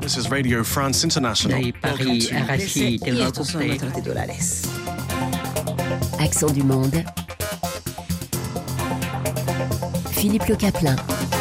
This is Radio France International. De Paris, RFI, Accent du monde. Philippe Le Caplin.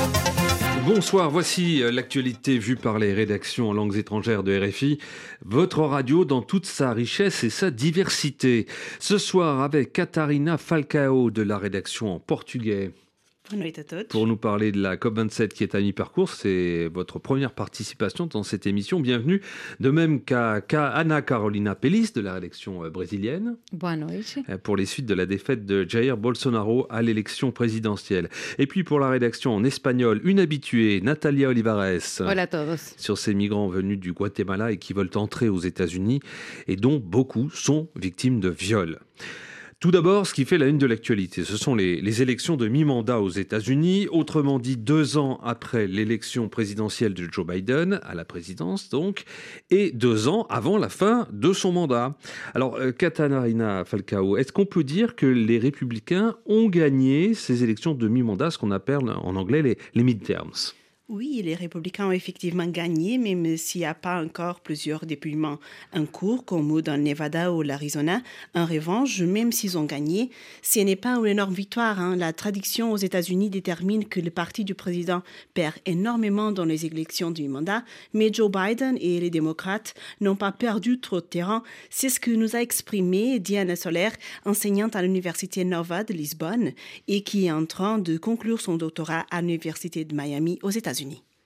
Bonsoir, voici l'actualité vue par les rédactions en langues étrangères de RFI, votre radio dans toute sa richesse et sa diversité. Ce soir avec Catarina Falcao de la rédaction en portugais. Pour nous parler de la COP27 qui est à mi-parcours, c'est votre première participation dans cette émission. Bienvenue. De même qu'à Ana Carolina Pelis de la rédaction brésilienne. Boa noite. Pour les suites de la défaite de Jair Bolsonaro à l'élection présidentielle. Et puis pour la rédaction en espagnol, une habituée, Natalia Olivares. Hola a todos. Sur ces migrants venus du Guatemala et qui veulent entrer aux États-Unis et dont beaucoup sont victimes de viols. Tout d'abord, ce qui fait la une de l'actualité, ce sont les élections de mi-mandat aux États-Unis, autrement dit 2 ans après l'élection présidentielle de Joe Biden, à la présidence donc, et 2 ans avant la fin de son mandat. Alors, Catarina Falcao, est-ce qu'on peut dire que les républicains ont gagné ces élections de mi-mandat, ce qu'on appelle en anglais les midterms ? Oui, les républicains ont effectivement gagné, même s'il n'y a pas encore plusieurs dépouillements en cours, comme dans le Nevada ou l'Arizona. En revanche, même s'ils ont gagné, ce n'est pas une énorme victoire. La tradition aux États-Unis détermine que le parti du président perd énormément dans les élections du mandat, mais Joe Biden et les démocrates n'ont pas perdu trop de terrain. C'est ce que nous a exprimé Diana Soler, enseignante à l'Université Nova de Lisbonne et qui est en train de conclure son doctorat à l'Université de Miami aux États-Unis.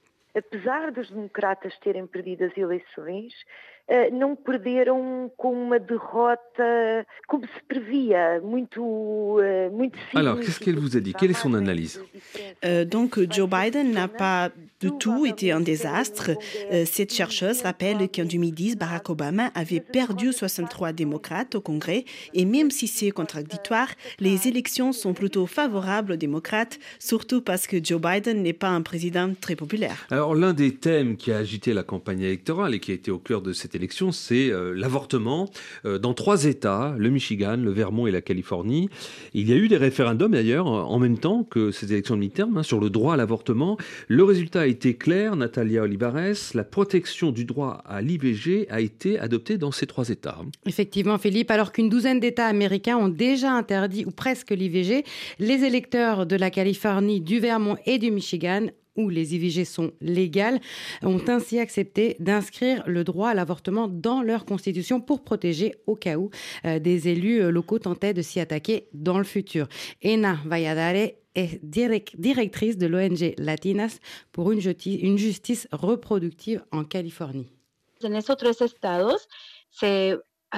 Apesar dos democratas terem perdido as eleições, não perderam com uma derrota como se previa, muito Alors, qu'est-ce qu'elle vous a dit ? Quelle est son analyse ? Donc, Joe Biden n'a pas du tout été un désastre. Cette chercheuse rappelle qu'en 2010, Barack Obama avait perdu 63 démocrates au Congrès et même si c'est contradictoire, les élections sont plutôt favorables aux démocrates, surtout parce que Joe Biden n'est pas un président très populaire. Alors, l'un des thèmes qui a agité la campagne électorale et qui a été au cœur de cette élection, c'est l'avortement dans 3 États, le Michigan, le Vermont et la Californie. Il y a eu des référendums d'ailleurs en même temps que ces élections de mi-terme sur le droit à l'avortement. Le résultat a été clair, Natalia Olivares, la protection du droit à l'IVG a été adoptée dans ces 3 États. Effectivement, Philippe, alors qu'une douzaine d'États américains ont déjà interdit ou presque l'IVG, les électeurs de la Californie, du Vermont et du Michigan où les IVG sont légales, ont ainsi accepté d'inscrire le droit à l'avortement dans leur constitution pour protéger au cas où des élus locaux tentaient de s'y attaquer dans le futur. Ena Valladares est directrice de l'ONG Latinas pour une justice reproductive en Californie. En esos 3 estados se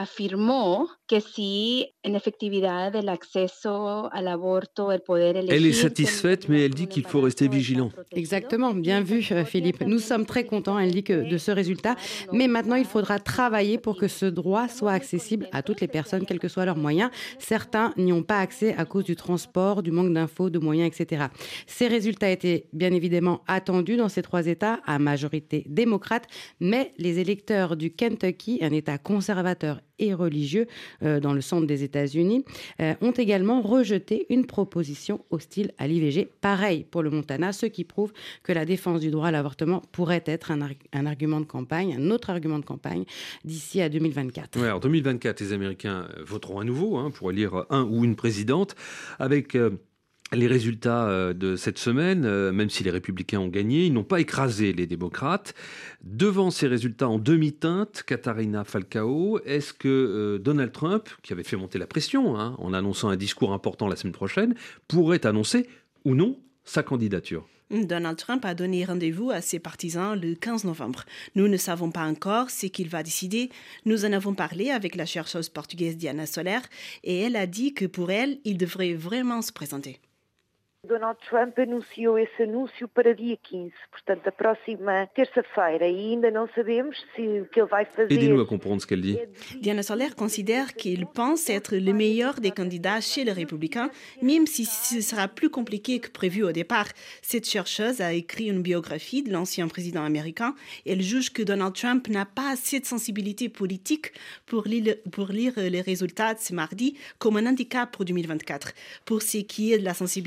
afirmó que si en efectividad del acceso al aborto, el poder elegir... Elle est satisfaite, mais elle dit qu'il faut rester vigilant. Exactement, bien vu Philippe. Nous sommes très contents, elle dit, de ce résultat. Mais maintenant, il faudra travailler pour que ce droit soit accessible à toutes les personnes, quels que soient leurs moyens. Certains n'y ont pas accès à cause du transport, du manque d'infos, de moyens, etc. Ces résultats étaient bien évidemment attendus dans ces 3 États à majorité démocrate, mais les électeurs du Kentucky, un État conservateur et religieux dans le centre des États-Unis, ont également rejeté une proposition hostile à l'IVG. Pareil pour le Montana, ce qui prouve que la défense du droit à l'avortement pourrait être un argument de campagne, un autre argument de campagne d'ici à 2024. Ouais, alors 2024, les Américains voteront à nouveau pour élire un ou une présidente avec... Les résultats de cette semaine, même si les républicains ont gagné, ils n'ont pas écrasé les démocrates. Devant ces résultats en demi-teinte, Catarina Falcao, est-ce que Donald Trump, qui avait fait monter la pression en annonçant un discours important la semaine prochaine, pourrait annoncer ou non sa candidature ? Donald Trump a donné rendez-vous à ses partisans le 15 novembre. Nous ne savons pas encore ce qu'il va décider. Nous en avons parlé avec la chercheuse portugaise Diana Soler et elle a dit que pour elle, il devrait vraiment se présenter. Donald Trump anunciou esse anúncio para dia 15, portanto, a próxima terça-feira, e ainda não sabemos se o que ele vai fazer... Aidez-nous à comprendre ce qu'elle dit. Diana Soler considère qu'il pense être le meilleur des candidats chez les Républicains, même si ce sera plus compliqué que prévu au départ. Cette chercheuse a écrit une biographie de l'ancien président américain. Elle juge que Donald Trump n'a pas assez de sensibilité politique pour lire les résultats de ce mardi comme un handicap pour 2024. Pour ce qui est de la sensibilité politique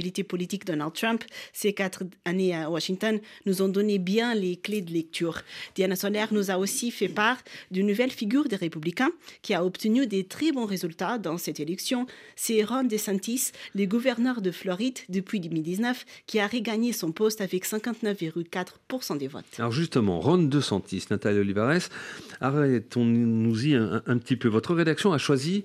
politique Donald Trump, ces 4 années à Washington nous ont donné bien les clés de lecture. Diana Soler nous a aussi fait part d'une nouvelle figure des républicains qui a obtenu des très bons résultats dans cette élection. C'est Ron DeSantis, le gouverneur de Floride depuis 2019, qui a regagné son poste avec 59,4% des votes. Alors justement, Ron DeSantis, Nathalie Olivares, arrêtons-nous-y un petit peu. Votre rédaction a choisi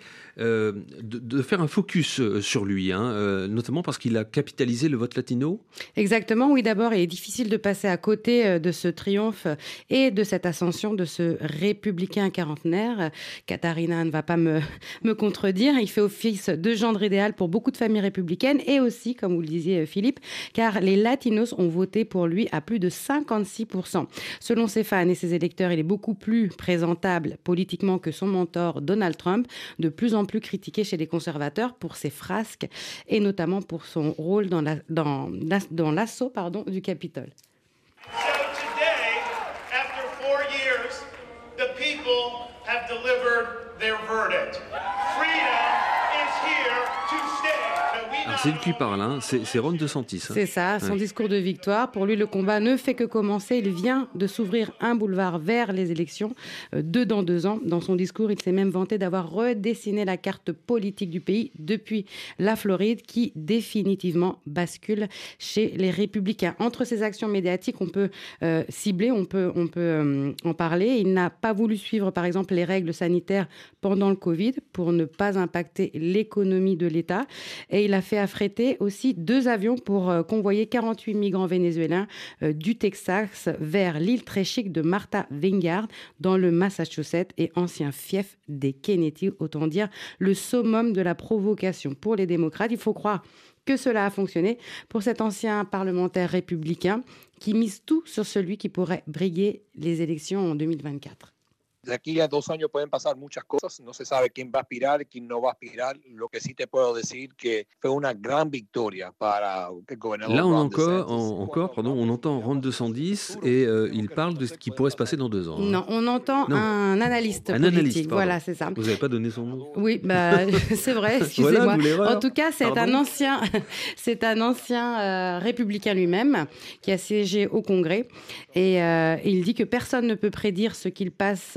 de faire un focus sur lui, notamment parce qu'il a capitalisé le vote latino. Exactement, oui. D'abord, il est difficile de passer à côté de ce triomphe et de cette ascension de ce républicain quarantenaire. Katharina ne va pas me contredire. Il fait office de gendre idéal pour beaucoup de familles républicaines et aussi, comme vous le disiez Philippe, car les latinos ont voté pour lui à plus de 56%. Selon ses fans et ses électeurs, il est beaucoup plus présentable politiquement que son mentor Donald Trump, de plus en plus critiqué chez les conservateurs pour ses frasques et notamment pour son rôle dans l'assaut du Capitole. So today, after 4 years, the people have delivered their verdict. Freedom is here to stay. Alors c'est lui qui parle, c'est Ron DeSantis. C'est ça, son discours de victoire. Pour lui, le combat ne fait que commencer. Il vient de s'ouvrir un boulevard vers les élections, 2 dans 2 ans. Dans son discours, il s'est même vanté d'avoir redessiné la carte politique du pays depuis la Floride, qui définitivement bascule chez les républicains. Entre ses actions médiatiques, on peut cibler, on peut en parler. Il n'a pas voulu suivre, par exemple, les règles sanitaires pendant le Covid pour ne pas impacter l'économie de l'État. Et il a fait affréter aussi 2 avions pour convoyer 48 migrants vénézuéliens du Texas vers l'île très chic de Martha Vineyard dans le Massachusetts et ancien fief des Kennedy, autant dire le summum de la provocation pour les démocrates. Il faut croire que cela a fonctionné pour cet ancien parlementaire républicain qui mise tout sur celui qui pourrait briguer les élections en 2024. De aquí a 2 años pueden pasar muchas cosas. No se sabe quién va a aspirar, quién no va a aspirar. Lo que sí te puedo decir que fue una gran victoria para el gobernador. Là, on entend Ron DeSantis et il parle de ce qui pourrait se passer dans 2 ans. Non, on entend un analyste politique. Voilà, c'est ça. Vous n'avez pas donné son nom? Oui, c'est vrai, excusez-moi. Voilà, en tout cas, c'est un ancien républicain lui-même qui a siégé au Congrès et il dit que personne ne peut prédire ce qui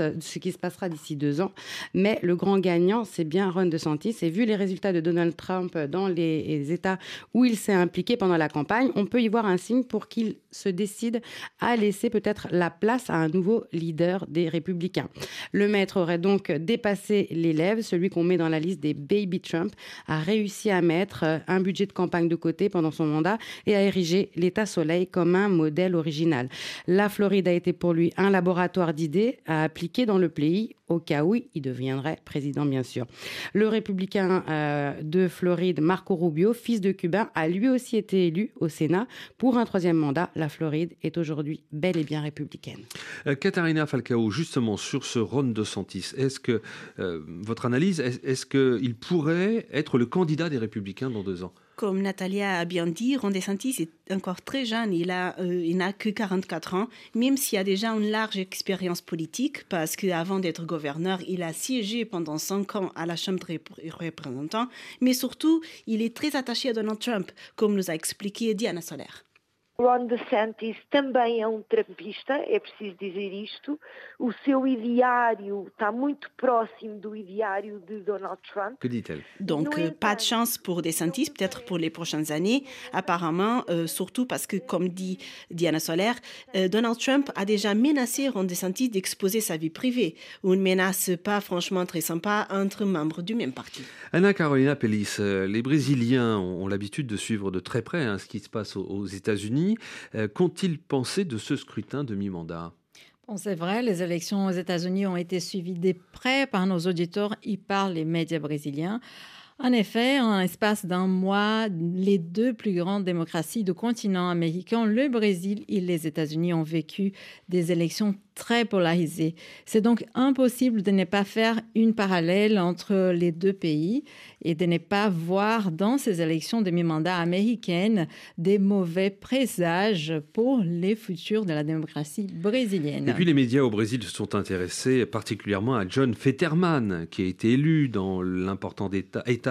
se passera d'ici 2 ans. Mais le grand gagnant, c'est bien Ron DeSantis. Et vu les résultats de Donald Trump dans les États où il s'est impliqué pendant la campagne, on peut y voir un signe pour qu'il se décide à laisser peut-être la place à un nouveau leader des Républicains. Le maître aurait donc dépassé l'élève, celui qu'on met dans la liste des Baby Trump, a réussi à mettre un budget de campagne de côté pendant son mandat et à ériger l'État soleil comme un modèle original. La Floride a été pour lui un laboratoire d'idées à appliquer dans le pays au cas où il deviendrait président, bien sûr. Le républicain de Floride, Marco Rubio, fils de Cubain, a lui aussi été élu au Sénat pour un 3e mandat. La Floride est aujourd'hui bel et bien républicaine. Katharina Falcao, justement sur ce Ron DeSantis, est-ce que votre analyse, est-ce qu'il pourrait être le candidat des républicains dans 2 ans? Comme Natalia a bien dit, Ron DeSantis est encore très jeune. Il n'a que 44 ans, même s'il a déjà une large expérience politique, parce qu'avant d'être gouverneur, il a siégé pendant 5 ans à la Chambre des représentants. Mais surtout, il est très attaché à Donald Trump, comme nous a expliqué Diana Soler. Ron DeSantis também é trumpista, é preciso dizer isto. O seu ideário está muito próximo do ideário de Donald Trump. Que dit-elle? Donc, pas de chance pour DeSantis, peut-être pour les prochaines années. Apparemment, surtout parce que, comme dit Diana Soler, Donald Trump a déjà menacé Ron DeSantis d'exposer sa vie privée. Une menace pas franchement très sympa entre membres du même parti. Anna Carolina Pellis, les Brésiliens ont l'habitude de suivre de très près ce qui se passe aux États-Unis. Qu'ont-ils pensé de ce scrutin de mi-mandat? Bon, c'est vrai, les élections aux États-Unis ont été suivies de près par nos auditeurs et par les médias brésiliens. En effet, en l'espace d'1 mois, les 2 plus grandes démocraties du continent américain, le Brésil et les États-Unis, ont vécu des élections très polarisées. C'est donc impossible de ne pas faire une parallèle entre les 2 pays et de ne pas voir dans ces élections de mi-mandat américaines des mauvais présages pour les futurs de la démocratie brésilienne. Et puis les médias au Brésil se sont intéressés particulièrement à John Fetterman, qui a été élu dans l'important État du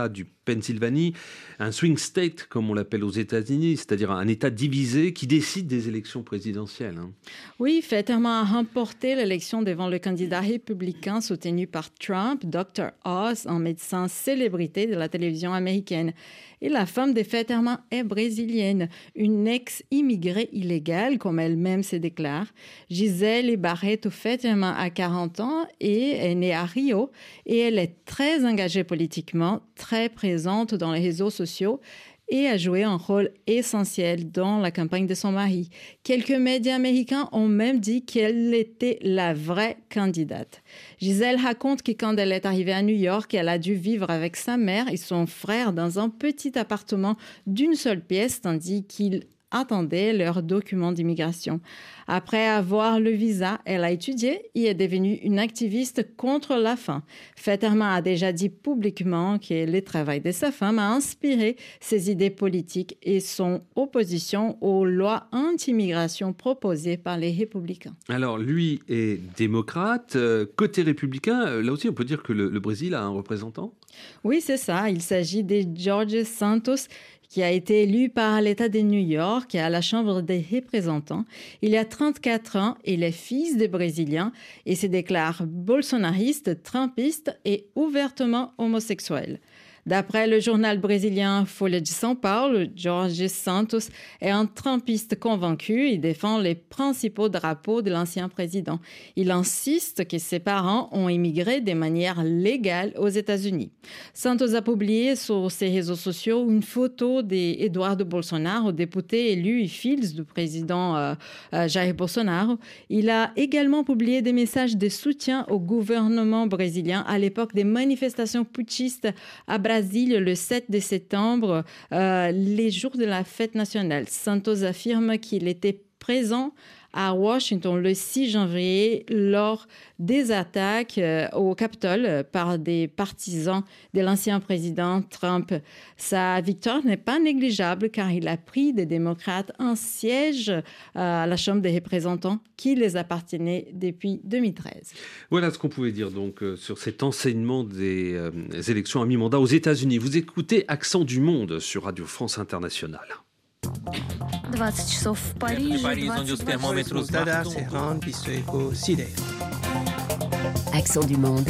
Pennsylvanie, un swing state, comme on l'appelle aux États-Unis, c'est-à-dire un État divisé qui décide des élections présidentielles. Oui, Fetterman a remporté l'élection devant le candidat républicain soutenu par Trump, Dr. Oz, un médecin célébrité de la télévision américaine. Et la femme de Fetterman est brésilienne, une ex-immigrée illégale, comme elle-même se déclare. Gisele Barreto Fetterman a 40 ans et est née à Rio. Et elle est très engagée politiquement, très présente dans les réseaux sociaux et a joué un rôle essentiel dans la campagne de son mari. Quelques médias américains ont même dit qu'elle était la vraie candidate. Gisele raconte que quand elle est arrivée à New York, elle a dû vivre avec sa mère et son frère dans un petit appartement d'une seule pièce, tandis qu'ils attendaient leurs documents d'immigration. Après avoir le visa, elle a étudié et est devenue une activiste contre la faim. Fetterman a déjà dit publiquement que le travail de sa femme a inspiré ses idées politiques et son opposition aux lois anti-immigration proposées par les républicains. Alors, lui est démocrate. Côté républicain, là aussi, on peut dire que le Brésil a un représentant ? Oui, c'est ça. Il s'agit de Jorge Santos, qui a été élu par l'État de New York et à la Chambre des représentants. Il a 34 ans, il est fils de Brésiliens et se déclare bolsonariste, trumpiste et ouvertement homosexuel. D'après le journal brésilien Folha de São Paulo, Jorge Santos est un trumpiste convaincu et défend les principaux drapeaux de l'ancien président. Il insiste que ses parents ont immigré de manière légale aux États-Unis. Santos a publié sur ses réseaux sociaux une photo d'Eduardo Bolsonaro, député élu et fils du président Jair Bolsonaro. Il a également publié des messages de soutien au gouvernement brésilien à l'époque des manifestations putschistes à Brasilia le 7 de septembre, les jours de la fête nationale. Santos affirme qu'il était présent à Washington le 6 janvier lors des attaques au Capitole par des partisans de l'ancien président Trump. Sa victoire n'est pas négligeable car il a pris des démocrates un siège à la Chambre des représentants qui les appartenait depuis 2013. Voilà ce qu'on pouvait dire donc sur cet enseignement des élections à mi-mandat aux États-Unis. Vous écoutez Accent du Monde sur Radio France Internationale. 20 часов в Париже, Accent du monde.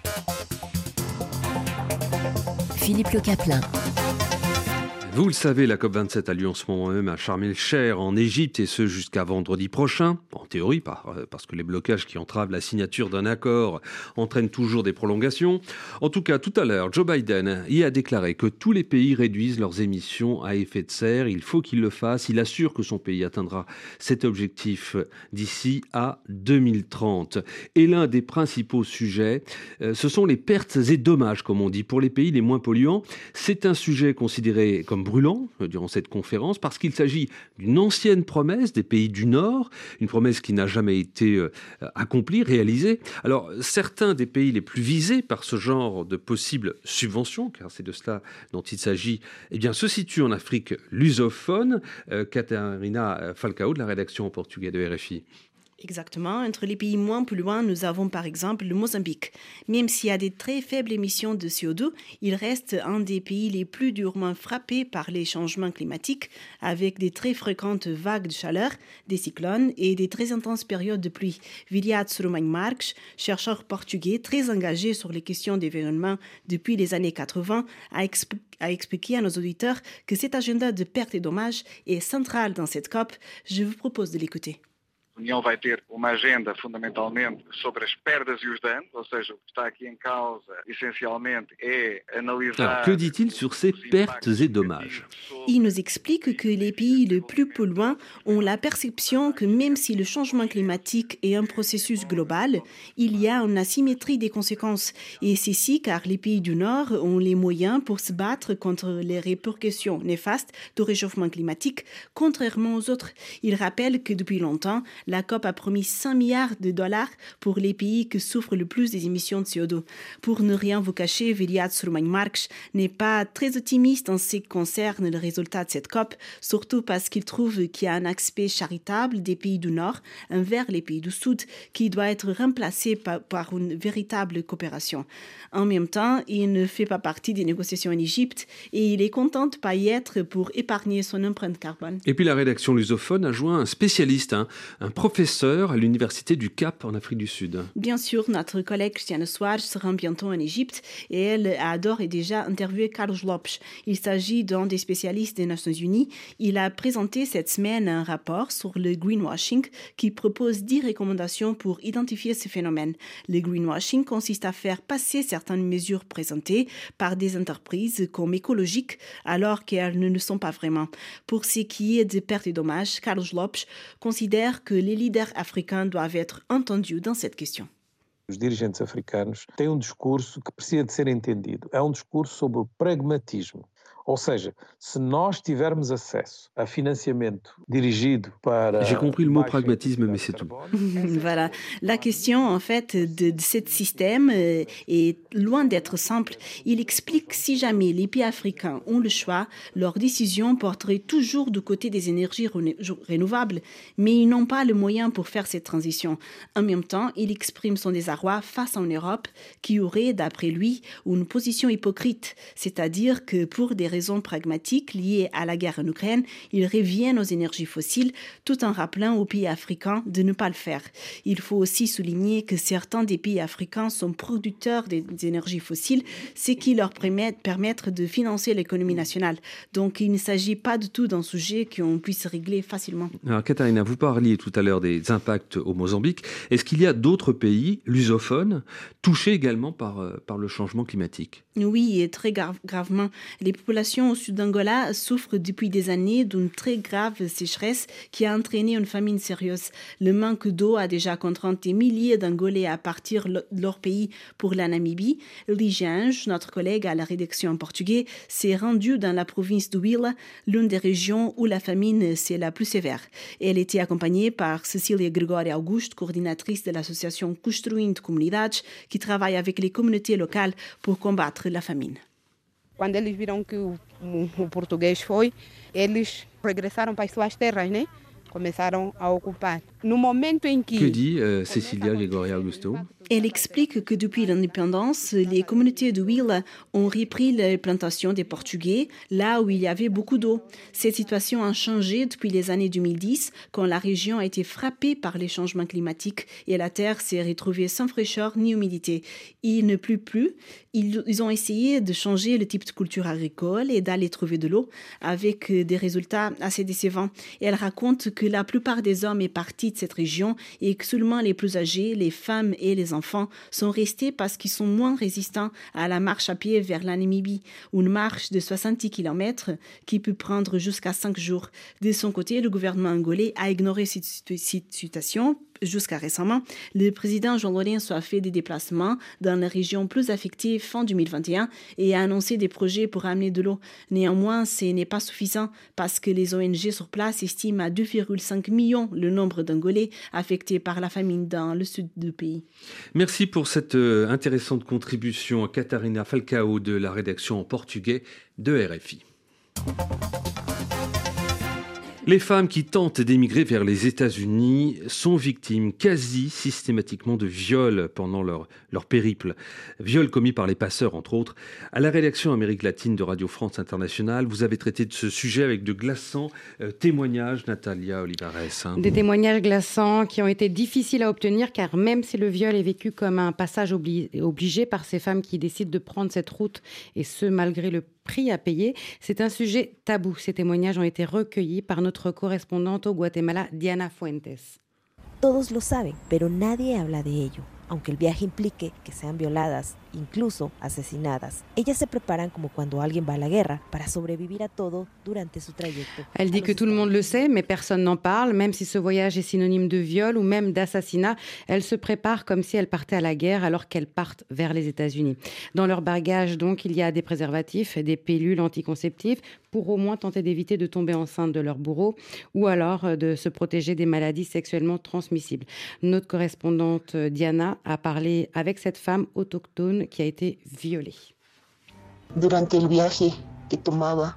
Philippe Le Caplin. Vous le savez, la COP27 a lieu en ce moment même à Sharm el-Sheikh en Égypte et ce jusqu'à vendredi prochain. En théorie, parce que les blocages qui entravent la signature d'un accord entraînent toujours des prolongations. En tout cas, tout à l'heure, Joe Biden y a déclaré que tous les pays réduisent leurs émissions à effet de serre. Il faut qu'il le fasse. Il assure que son pays atteindra cet objectif d'ici à 2030. Et l'un des principaux sujets, ce sont les pertes et dommages, comme on dit, pour les pays les moins polluants. C'est un sujet considéré comme brûlant durant cette conférence parce qu'il s'agit d'une ancienne promesse des pays du Nord, une promesse qui n'a jamais été accomplie, réalisée. Alors, certains des pays les plus visés par ce genre de possibles subventions, car c'est de cela dont il s'agit, eh bien, se situent en Afrique lusophone. Catarina Falcao de la rédaction en portugais de RFI. Exactement. Entre les pays moins polluants, nous avons par exemple le Mozambique. Même s'il y a des très faibles émissions de CO2, il reste un des pays les plus durement frappés par les changements climatiques, avec des très fréquentes vagues de chaleur, des cyclones et des très intenses périodes de pluie. Viriat Soromani Marques, chercheur portugais très engagé sur les questions d'environnement depuis les années 80, a expliqué à nos auditeurs que cet agenda de pertes et dommages est central dans cette COP. Je vous propose de l'écouter. A União vai ter uma agenda fundamentalmente sobre as perdas e os danos, ou seja, o que está aqui em causa, essencialmente, é analisar... Alors, que dit-il sur ces pertes et dommages ? Il nous explique que les pays les plus polluants ont la perception que même si le changement climatique est un processus global, il y a une asymétrie des conséquences. Et ceci car les pays du Nord ont les moyens pour se battre contre les répercussions néfastes du réchauffement climatique, contrairement aux autres. Il rappelle que depuis longtemps, La COP a promis 5 milliards de dollars pour les pays qui souffrent le plus des émissions de CO2. Pour ne rien vous cacher, Viliad Surmani-Marques n'est pas très optimiste en ce qui concerne le résultat de cette COP, surtout parce qu'il trouve qu'il y a un aspect charitable des pays du Nord envers les pays du Sud qui doit être remplacé par une véritable coopération. En même temps, il ne fait pas partie des négociations en Égypte et il est content de ne pas y être pour épargner son empreinte carbone. Et puis la rédaction lusophone a joint un spécialiste, un professeur à l'université du Cap en Afrique du Sud. Bien sûr, notre collègue Cristiane Soares se rend bientôt en Égypte et elle a d'ores et déjà interviewé Carlos Lopes. Il s'agit d'un des spécialistes des Nations Unies. Il a présenté cette semaine un rapport sur le greenwashing qui propose 10 recommandations pour identifier ce phénomène. Le greenwashing consiste à faire passer certaines mesures présentées par des entreprises comme écologiques alors qu'elles ne le sont pas vraiment. Pour ce qui est de pertes et dommages, Carlos Lopes considère que les leaders africains doivent être entendus dans cette question. Os dirigentes africanos têm discurso que precisa de ser entendido. É discurso sobre o pragmatismo. Ou seja, se nós tivermos acesso a financiamento dirigido para... J'ai compris le mot pragmatisme, mais c'est tout. Voilà. La question, en fait, de ce système est loin d'être simple. Il explique que si jamais les pays africains ont le choix, leur décision porterait toujours du côté des énergies renouvelables, mais ils n'ont pas le moyen pour faire cette transition. En même temps, il exprime son désarroi face à une Europe qui aurait, d'après lui, une position hypocrite, c'est-à-dire que pour des raisons pragmatiques liées à la guerre en Ukraine, ils reviennent aux énergies fossiles tout en rappelant aux pays africains de ne pas le faire. Il faut aussi souligner que certains des pays africains sont producteurs des énergies fossiles, ce qui leur permettre de financer l'économie nationale. Donc il ne s'agit pas du tout d'un sujet qu'on puisse régler facilement. Alors Katharina, vous parliez tout à l'heure des impacts au Mozambique. Est-ce qu'il y a d'autres pays lusophones touchés également par le changement climatique ? Oui, et très gravement. Les populations au sud d'Angola souffrent depuis des années d'une très grave sécheresse qui a entraîné une famine sérieuse. Le manque d'eau a déjà contraint des milliers d'Angolais à partir de leur pays pour la Namibie. Ligiange, notre collègue à la rédaction en portugais, s'est rendue dans la province de Huila, l'une des régions où la famine c'est la plus sévère. Elle était accompagnée par Cecília Gregório Augusto, coordinatrice de l'association Construindo Comunidades, qui travaille avec les communautés locales pour combattre la famine. Quando eles viram que o português foi, eles regressaram para as suas terras, né? Começaram a ocupar. No momento em que... Que dit Cecília Gregório Augusto ? Elle explique que depuis l'indépendance, les communautés de Huila ont repris les plantations des Portugais, là où il y avait beaucoup d'eau. Cette situation a changé depuis les années 2010, quand la région a été frappée par les changements climatiques et la terre s'est retrouvée sans fraîcheur ni humidité. Il ne pleut plus. Ils ont essayé de changer le type de culture agricole et d'aller trouver de l'eau avec des résultats assez décevants. Et elle raconte que la plupart des hommes est partis de cette région et que seulement les plus âgés, les femmes et les enfants sont restés parce qu'ils sont moins résistants à la marche à pied vers la Namibie, une marche de 70 km qui peut prendre jusqu'à 5 jours. De son côté, le gouvernement angolais a ignoré cette situation. Jusqu'à récemment, le président João Lourenço a fait des déplacements dans les régions plus affectées fin 2021 et a annoncé des projets pour amener de l'eau. Néanmoins, ce n'est pas suffisant parce que les ONG sur place estiment à 2,5 millions le nombre d'Angolais affectés par la famine dans le sud du pays. Merci pour cette intéressante contribution à Katharina Falcao de la rédaction en portugais de RFI. Les femmes qui tentent d'émigrer vers les États-Unis sont victimes quasi systématiquement de viols pendant leur périple. Viols commis par les passeurs, entre autres. À la rédaction Amérique latine de Radio France Internationale, vous avez traité de ce sujet avec de glaçants témoignages, Natalia Olivares. Des témoignages glaçants qui ont été difficiles à obtenir, car même si le viol est vécu comme un passage obligé par ces femmes qui décident de prendre cette route, et ce malgré le prix à payer, c'est un sujet tabou. Ces témoignages ont été recueillis par notre correspondante au Guatemala, Diana Fuentes. Todos lo saben, pero nadie habla de ello. Aunque el viaje implique que sean violadas incluso asesinadas. Ellas se preparan como cuando alguien va a la guerra para sobrevivir a todo durante su trayecto. Elle dit que tout le monde le sait, mais personne n'en parle. Même si ce voyage est synonyme de viol ou même d'assassinat, elles se préparent comme si elles partaient à la guerre alors qu'elles partent vers les États-Unis. Dans leur bagage, donc, il y a des préservatifs, des pilules anticonceptives pour au moins tenter d'éviter de tomber enceinte de leur bourreau ou alors de se protéger des maladies sexuellement transmissibles. Notre correspondante Diana a parlé avec cette femme autochtone qui a été violée. Durante el viaje que tomaba,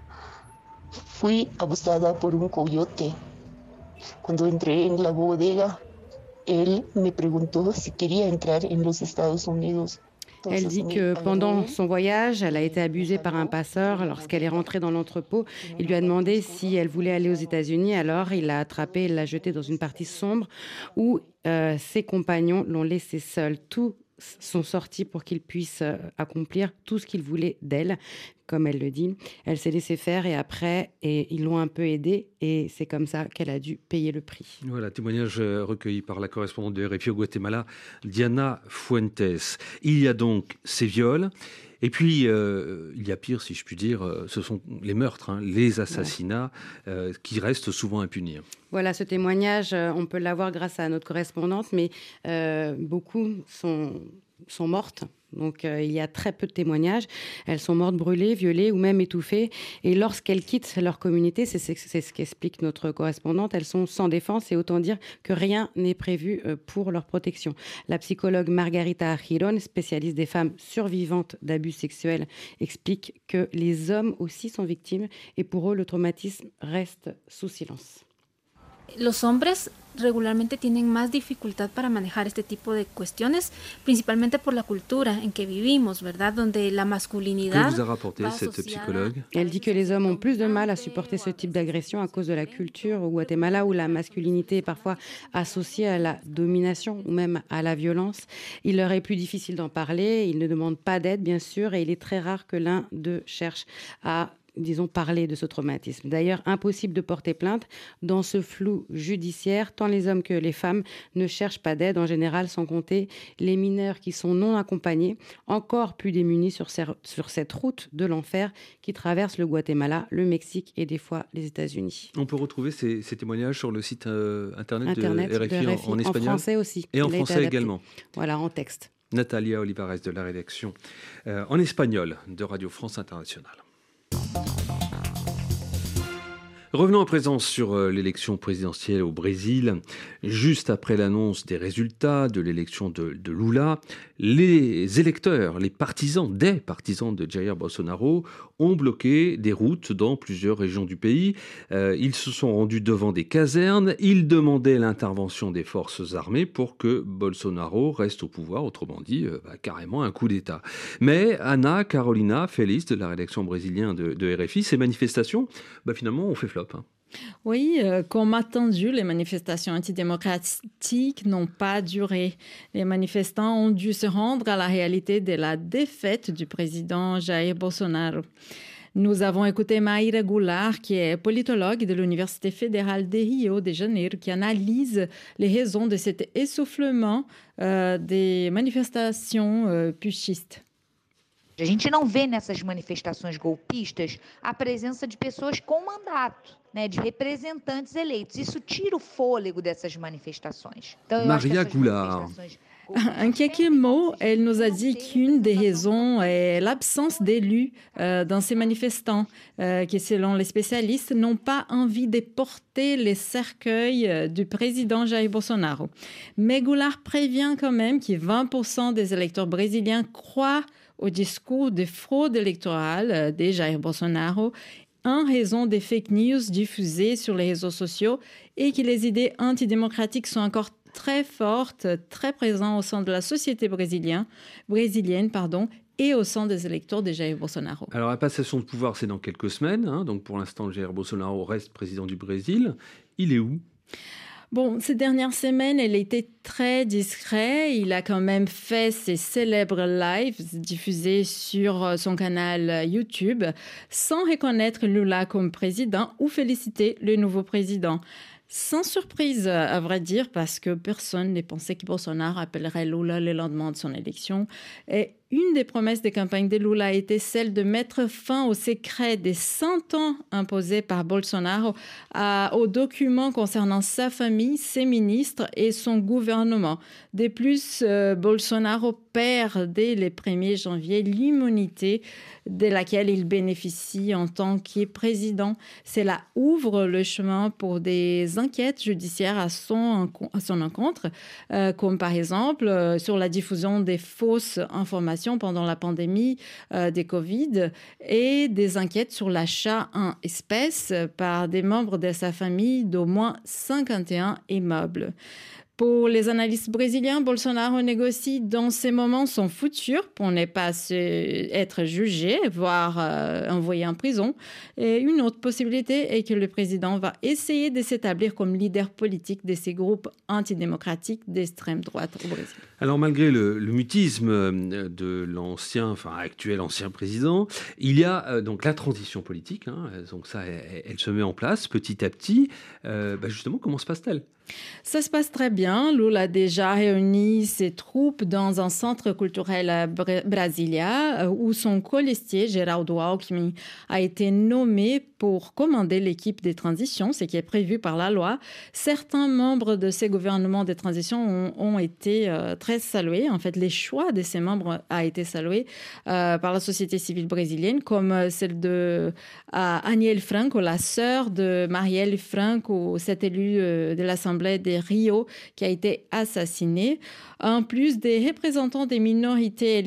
fui abusada por un coyote. Cuando entré en la bodega, él me preguntó si quería entrar en los Estados Unidos. Elle dit que pendant son voyage, elle a été abusée par un passeur. Lorsqu'elle est rentrée dans l'entrepôt, il lui a demandé si elle voulait aller aux États-Unis. Alors, il l'a attrapée et l'a jetée dans une partie sombre où ses compagnons l'ont laissée seule. Tous sont sortis pour qu'il puisse accomplir tout ce qu'il voulait d'elle, comme elle le dit. Elle s'est laissée faire et ils l'ont un peu aidée et c'est comme ça qu'elle a dû payer le prix. Voilà, témoignage recueilli par la correspondante de RFI au Guatemala, Diana Fuentes. Il y a donc ces viols. Et puis, il y a pire, si je puis dire, ce sont les meurtres, les assassinats qui restent souvent impunis. Voilà, ce témoignage, on peut l'avoir grâce à notre correspondante, mais beaucoup sont mortes. Donc, il y a très peu de témoignages. Elles sont mortes brûlées, violées ou même étouffées. Et lorsqu'elles quittent leur communauté, c'est ce qu'explique notre correspondante, elles sont sans défense et autant dire que rien n'est prévu pour leur protection. La psychologue Margarita Giron, spécialiste des femmes survivantes d'abus sexuels, explique que les hommes aussi sont victimes et pour eux, le traumatisme reste sous silence. Los hombres regularmente tienen más dificultad para manejar este tipo de cuestiones, principalmente por la cultura en que vivimos, ¿verdad? Donde la masculinidad. Que vous a rapporté cette psychologue ? Elle dit que les hommes ont plus de mal à supporter ce type d'agression à cause de la culture au Guatemala où la masculinité est parfois associée à la domination ou même à la violence. Il leur est plus difficile d'en parler, ils ne demandent pas d'aide bien sûr et il est très rare que l'un d'eux cherche à parler de ce traumatisme. D'ailleurs, impossible de porter plainte dans ce flou judiciaire, tant les hommes que les femmes ne cherchent pas d'aide en général, sans compter les mineurs qui sont non accompagnés, encore plus démunis sur cette route de l'enfer qui traverse le Guatemala, le Mexique et des fois les États-Unis. On peut retrouver ces témoignages sur le site internet de RFI en espagnol. En français aussi. Et en français également. Voilà, en texte. Natalia Olivares de la rédaction en espagnol de Radio France Internationale. Revenons à présent sur l'élection présidentielle au Brésil. Juste après l'annonce des résultats de l'élection de Lula, les électeurs, des partisans de Jair Bolsonaro ont bloqué des routes dans plusieurs régions du pays. Ils se sont rendus devant des casernes. Ils demandaient l'intervention des forces armées pour que Bolsonaro reste au pouvoir, autrement dit, carrément un coup d'État. Mais Ana Carolina Félix de la rédaction brésilienne de RFI, ces manifestations, finalement, ont fait flop. Oui, comme attendu, les manifestations antidémocratiques n'ont pas duré. Les manifestants ont dû se rendre à la réalité de la défaite du président Jair Bolsonaro. Nous avons écouté Mayra Goulart, qui est politologue de l'Université fédérale de Rio de Janeiro, qui analyse les raisons de cet essoufflement des manifestations puchistes. A gente não vê nessas manifestações golpistas a presença de pessoas com mandato, de representantes eleitos. Isso tira o fôlego dessas manifestações. Então, Maria Goulart. En quelques mots, elle nous a dit qu'une des raisons est l'absence d'élus dans ces manifestants qui, selon les spécialistes, n'ont pas envie de porter les cercueils du président Jair Bolsonaro. Mais Goulart prévient quand même que 20% des électeurs brésiliens croient au discours de fraude électorale de Jair Bolsonaro en raison des fake news diffusées sur les réseaux sociaux et que les idées antidémocratiques sont encore très fortes, très présentes au sein de la société brésilienne, et au sein des électeurs de Jair Bolsonaro. Alors la passation de pouvoir, c'est dans quelques semaines. Donc pour l'instant, Jair Bolsonaro reste président du Brésil. Il est où ? Bon, ces dernières semaines, il était très discret. Il a quand même fait ses célèbres lives diffusés sur son canal YouTube sans reconnaître Lula comme président ou féliciter le nouveau président. Sans surprise, à vrai dire, parce que personne n'est pensé que Bolsonaro appellerait Lula le lendemain de son élection. Et une des promesses des campagnes de Lula était celle de mettre fin au secret des 100 ans imposés par Bolsonaro aux documents concernant sa famille, ses ministres et son gouvernement. De plus, Bolsonaro perd dès le 1er janvier l'immunité de laquelle il bénéficie en tant que président. Cela ouvre le chemin pour des enquêtes judiciaires à son encontre, comme par exemple sur la diffusion des fausses informations pendant la pandémie des Covid et des enquêtes sur l'achat en espèces par des membres de sa famille d'au moins 51 immeubles. Pour les analystes brésiliens, Bolsonaro négocie dans ces moments son futur pour ne pas être jugé, voire envoyé en prison. Et une autre possibilité est que le président va essayer de s'établir comme leader politique de ces groupes antidémocratiques d'extrême droite au Brésil. Alors malgré le mutisme de actuel ancien président, il y a donc la transition politique. Donc ça, elle se met en place petit à petit. Justement, comment se passe-t-elle ? Ça se passe très bien. Lula a déjà réuni ses troupes dans un centre culturel à Brasilia où son colistier, Geraldo Alckmin, a été nommé pour commander l'équipe des transitions, ce qui est prévu par la loi. Certains membres de ces gouvernements de transition ont été très salués. En fait, les choix de ces membres a été salué par la société civile brésilienne, comme celle de Aniele Franco, la sœur de Marielle Franco, cette élue de l'Assemblée de Rio qui a été assassinée, en plus des représentants des minorités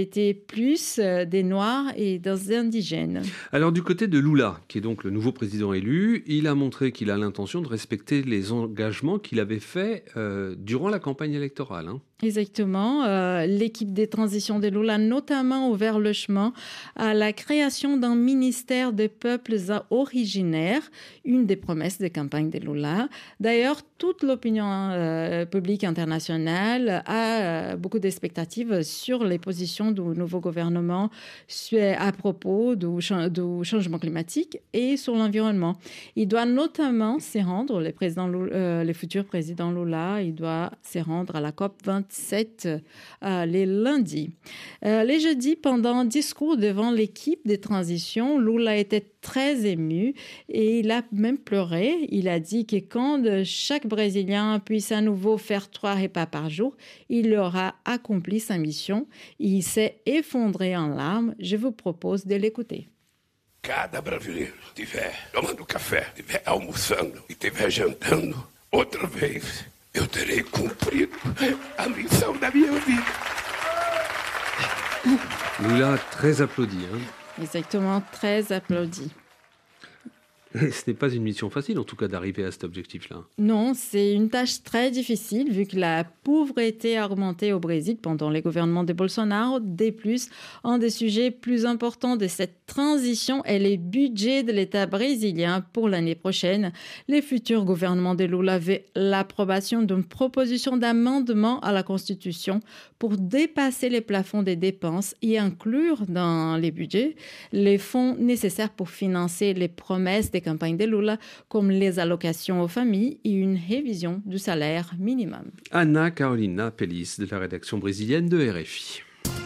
LGBT+, des Noirs et des indigènes. Alors du côté de Lula, qui est donc le nouveau président élu, il a montré qu'il a l'intention de respecter les engagements qu'il avait faits durant la campagne électorale. Exactement. L'équipe des transitions de Lula a notamment ouvert le chemin à la création d'un ministère des peuples originaires, une des promesses de campagne de Lula. D'ailleurs, toute l'opinion publique internationale a beaucoup d'expectatives sur les positions du nouveau gouvernement à propos du changement climatique et sur l'environnement. Il doit notamment s'y rendre, le futur président Lula, il doit s'y rendre à la COP27 les lundis. Les jeudis, pendant un discours devant l'équipe des transitions, Lula était très ému et il a même pleuré. Il a dit que quand chaque Brésilien puisse à nouveau faire 3 repas par jour, il aura accompli sa mission. Il s'est effondré en larmes. Je vous propose de l'écouter. Cada brasileiro estiver tomando café, estiver almoçando e estiver jantando, outra vez eu terei cumprido a missão da minha vida. Lula très applaudi. Exactement, très applaudi. Ce n'est pas une mission facile, en tout cas, d'arriver à cet objectif-là. Non, c'est une tâche très difficile, vu que la pauvreté a augmenté au Brésil pendant les gouvernements de Bolsonaro. De plus, un des sujets plus importants de cette transition est les budgets de l'État brésilien pour l'année prochaine. Les futurs gouvernements de Lula avaient l'approbation d'une proposition d'amendement à la Constitution pour dépasser les plafonds des dépenses et inclure dans les budgets les fonds nécessaires pour financer les promesses des campagnes de Lula, comme les allocations aux familles et une révision du salaire minimum. Ana Carolina Pellis, de la rédaction brésilienne de RFI.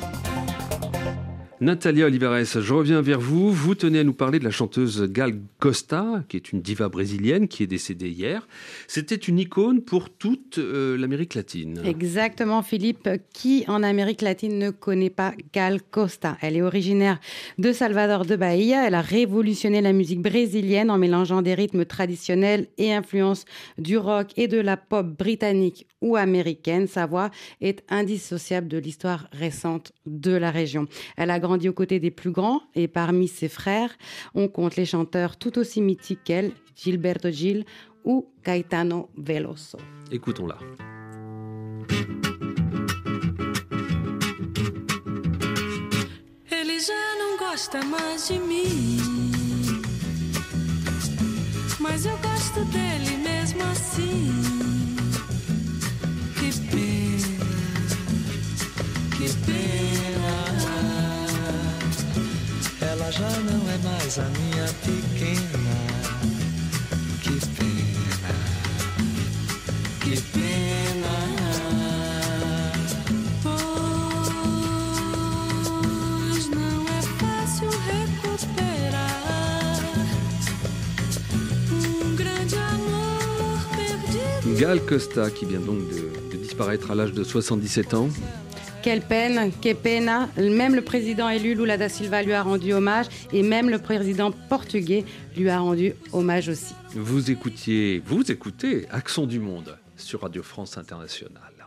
Natalia Olivares, je reviens vers vous. Vous tenez à nous parler de la chanteuse Gal Costa, qui est une diva brésilienne qui est décédée hier. C'était une icône pour toute l'Amérique latine. Exactement, Philippe. Qui en Amérique latine ne connaît pas Gal Costa ? Elle est originaire de Salvador de Bahia. Elle a révolutionné la musique brésilienne en mélangeant des rythmes traditionnels et influences du rock et de la pop britannique ou américaine. Sa voix est indissociable de l'histoire récente de la région. Elle a grandi aux côtés des plus grands et parmi ses frères, on compte les chanteurs tout aussi mythiques qu'elle, Gilberto Gil ou Caetano Veloso. Écoutons-la. Ele já não gosta mais de mim, mas eu gosto dele mesmo assim. Que pena, que pena. Ela já não é mais a minha pequena. Que pena. Gal Costa, qui vient donc de disparaître à l'âge de 77 ans. Quelle peine, que pena. Même le président élu Lula da Silva lui a rendu hommage et même le président portugais lui a rendu hommage aussi. Vous écoutez Accent du Monde sur Radio France Internationale.